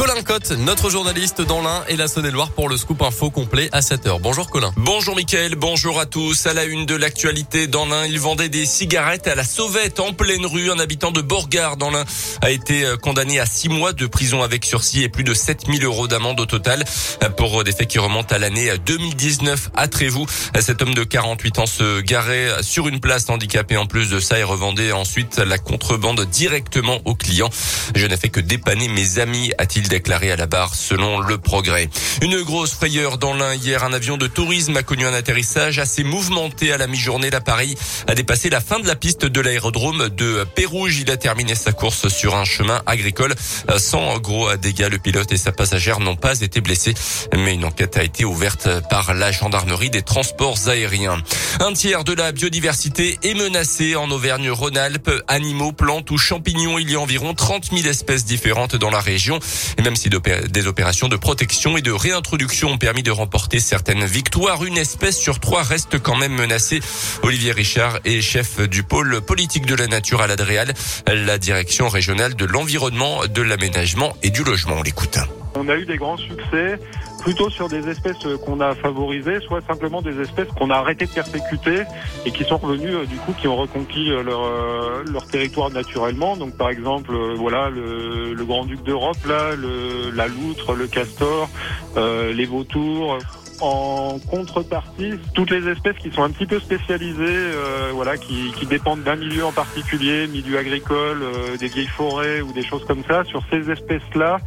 Colin Cotte, notre journaliste dans l'Ain et la Saône-et-Loire pour le scoop info complet à 7h. Bonjour Colin. Bonjour Mickaël, bonjour à tous. À la une de l'actualité dans l'Ain, il vendait des cigarettes à la sauvette en pleine rue. Un habitant de Borgard dans l'Ain a été condamné à 6 mois de prison avec sursis et plus de 7 000 € d'amende au total pour des faits qui remontent à l'année 2019 à Trévoux. Cet homme de 48 ans se garait sur une place handicapée en plus de ça et revendait ensuite la contrebande directement aux clients. Je n'ai fait que dépanner mes amis, a-t-il déclaré à la barre selon Le Progrès. Une grosse frayeur dans l'Ain hier. Un avion de tourisme a connu un atterrissage assez mouvementé à la mi-journée. L'appareil a dépassé la fin de la piste de l'aérodrome de Pérouges. Il a terminé sa course sur un chemin agricole sans gros dégâts. Le pilote et sa passagère n'ont pas été blessés, mais une enquête a été ouverte par la gendarmerie des transports aériens. Un tiers de la biodiversité est menacé en Auvergne-Rhône-Alpes. Animaux, plantes ou champignons, il y a environ 30 000 espèces différentes dans la région. Et même si des opérations de protection et de réintroduction ont permis de remporter certaines victoires, une espèce sur 3 reste quand même menacée. Olivier Richard est chef du pôle politique de la nature à l'Adréal, la direction régionale de l'environnement, de l'aménagement et du logement. On l'écoute. On a eu des grands succès, plutôt sur des espèces qu'on a favorisées, soit simplement des espèces qu'on a arrêté de persécuter et qui sont revenues, qui ont reconquis leur territoire naturellement. Donc par exemple, le grand-duc d'Europe, la loutre, le castor, les vautours. En contrepartie, toutes les espèces qui sont un petit peu spécialisées, qui dépendent d'un milieu en particulier, milieu agricole, des vieilles forêts ou des choses comme ça, sur ces espèces-là,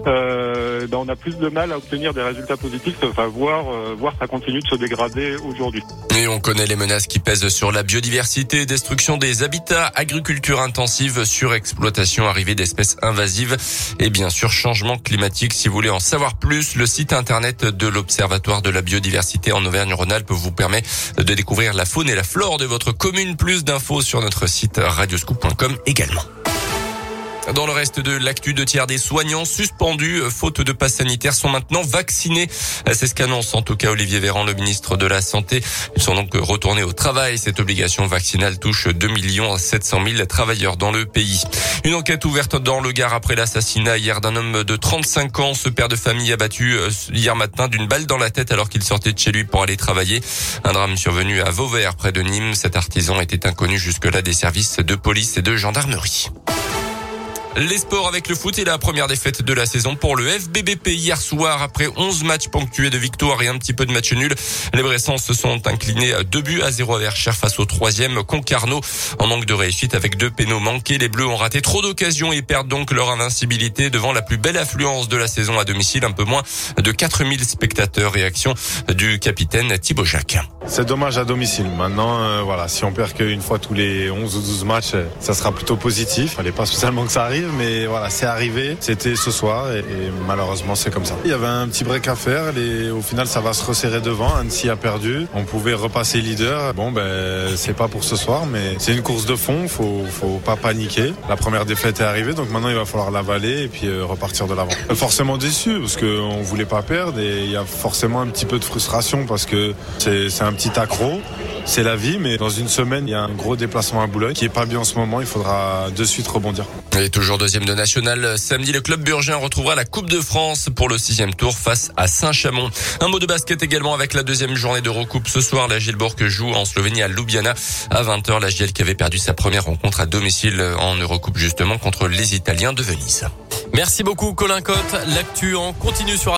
on a plus de mal à obtenir des résultats positifs, voire ça continue de se dégrader aujourd'hui. Et on connaît les menaces qui pèsent sur la biodiversité, destruction des habitats, agriculture intensive, surexploitation, arrivée d'espèces invasives et bien sûr changement climatique. Si vous voulez en savoir plus, le site internet de l'Observatoire de la biodiversité en Auvergne-Rhône-Alpes vous permet de découvrir la faune et la flore de votre commune. Plus d'infos sur notre site radioscoop.com également. Dans le reste de l'actu, 2 tiers des soignants suspendus faute de passe sanitaire sont maintenant vaccinés. C'est ce qu'annonce en tout cas Olivier Véran, le ministre de la Santé. Ils sont donc retournés au travail. Cette obligation vaccinale touche 2 700 000 travailleurs dans le pays. Une enquête ouverte dans le Gard après l'assassinat hier d'un homme de 35 ans. Ce père de famille abattu hier matin d'une balle dans la tête alors qu'il sortait de chez lui pour aller travailler. Un drame survenu à Vauvert près de Nîmes. Cet artisan était inconnu jusque-là des services de police et de gendarmerie. Les sports avec le foot et la première défaite de la saison pour le FBBP hier soir. Après 11 matchs ponctués de victoires et un petit peu de matchs nuls, les Bressans se sont inclinés 2-0 à Verchères face au 3e Concarneau. En manque de réussite avec 2 pénaux manqués, les Bleus ont raté trop d'occasions et perdent donc leur invincibilité devant la plus belle affluence de la saison à domicile. Un peu moins de 4000 spectateurs. Réaction du capitaine Thibaut Jacques. C'est dommage à domicile. Maintenant, si on perd qu'une fois tous les 11 ou 12 matchs, ça sera plutôt positif. Fallait pas spécialement que ça arrive, mais c'est arrivé. C'était ce soir et malheureusement c'est comme ça. Il y avait un petit break à faire et au final ça va se resserrer devant. Annecy a perdu. On pouvait repasser leader. C'est pas pour ce soir, mais c'est une course de fond. Faut pas paniquer. La première défaite est arrivée, donc maintenant il va falloir l'avaler et puis repartir de l'avant. Forcément déçu parce qu'on voulait pas perdre et il y a forcément un petit peu de frustration parce que c'est un petit accro. C'est la vie, mais dans une semaine, il y a un gros déplacement à Boulogne qui est pas bien en ce moment. Il faudra de suite rebondir. Et toujours 2e de national. Samedi, le club burgien retrouvera la Coupe de France pour le 6e tour face à Saint-Chamond. Un mot de basket également avec la 2e journée d'Eurocoupe. Ce soir, la Gielborg joue en Slovénie à Ljubljana à 20h. La Giel qui avait perdu sa première rencontre à domicile en Eurocoupe justement contre les Italiens de Venise. Merci beaucoup Colin Cotte. L'actu en continue sur